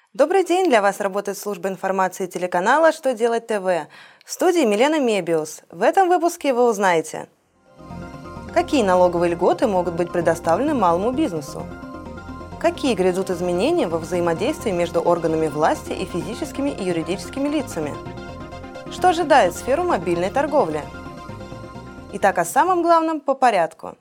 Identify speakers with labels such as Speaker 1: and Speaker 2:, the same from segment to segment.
Speaker 1: Добрый день! Для вас работает служба информации телеканала «Что делать ТВ». В студии Милена Мебиус. В этом выпуске вы узнаете, какие налоговые льготы могут быть предоставлены малому бизнесу, какие грядут изменения во взаимодействии между органами власти и физическими и юридическими лицами, что ожидает сферу мобильной торговли. Итак, о самом главном по порядку.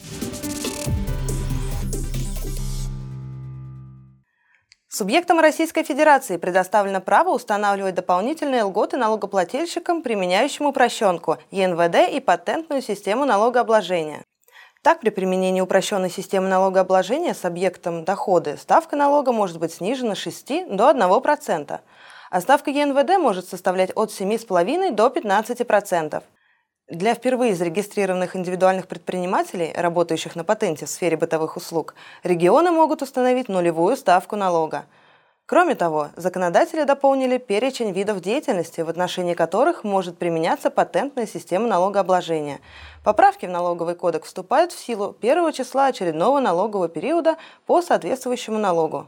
Speaker 1: Субъектам Российской Федерации предоставлено право устанавливать дополнительные льготы налогоплательщикам, применяющим упрощенку, ЕНВД и патентную систему налогообложения. Так, при применении упрощенной системы налогообложения с объектом доходы ставка налога может быть снижена с 6 до 1%, а ставка ЕНВД может составлять от 7,5 до 15%. Для впервые зарегистрированных индивидуальных предпринимателей, работающих на патенте в сфере бытовых услуг, регионы могут установить нулевую ставку налога. Кроме того, законодатели дополнили перечень видов деятельности, в отношении которых может применяться патентная система налогообложения. Поправки в налоговый кодекс вступают в силу 1 числа очередного налогового периода по соответствующему налогу.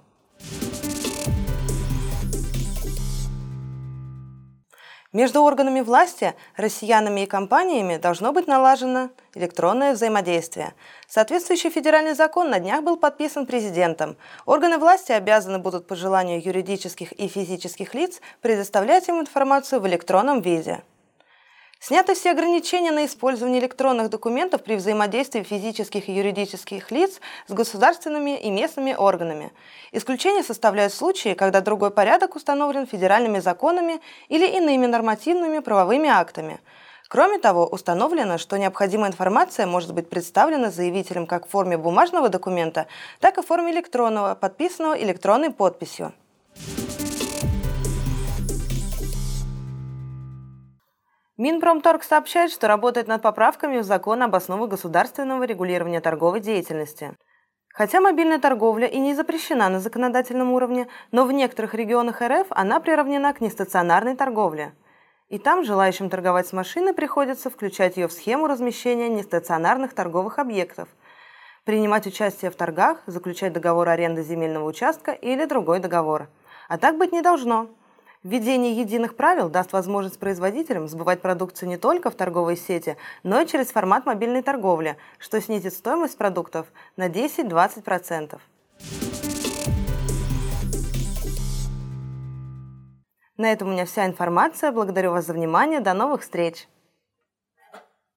Speaker 1: Между органами власти, россиянами и компаниями должно быть налажено электронное взаимодействие. Соответствующий федеральный закон на днях был подписан президентом. Органы власти обязаны будут по желанию юридических и физических лиц предоставлять им информацию в электронном виде. Сняты все ограничения на использование электронных документов при взаимодействии физических и юридических лиц с государственными и местными органами. Исключение составляют случаи, когда другой порядок установлен федеральными законами или иными нормативными правовыми актами. Кроме того, установлено, что необходимая информация может быть представлена заявителем как в форме бумажного документа, так и в форме электронного, подписанного электронной подписью. Минпромторг сообщает, что работает над поправками в закон об основах государственного регулирования торговой деятельности. Хотя мобильная торговля и не запрещена на законодательном уровне, но в некоторых регионах РФ она приравнена к нестационарной торговле. И там желающим торговать с машины приходится включать ее в схему размещения нестационарных торговых объектов, принимать участие в торгах, заключать договор аренды земельного участка или другой договор. А так быть не должно. Введение единых правил даст возможность производителям сбывать продукцию не только в торговой сети, но и через формат мобильной торговли, что снизит стоимость продуктов на 10-20%. На этом у меня вся информация. Благодарю вас за внимание. До новых встреч!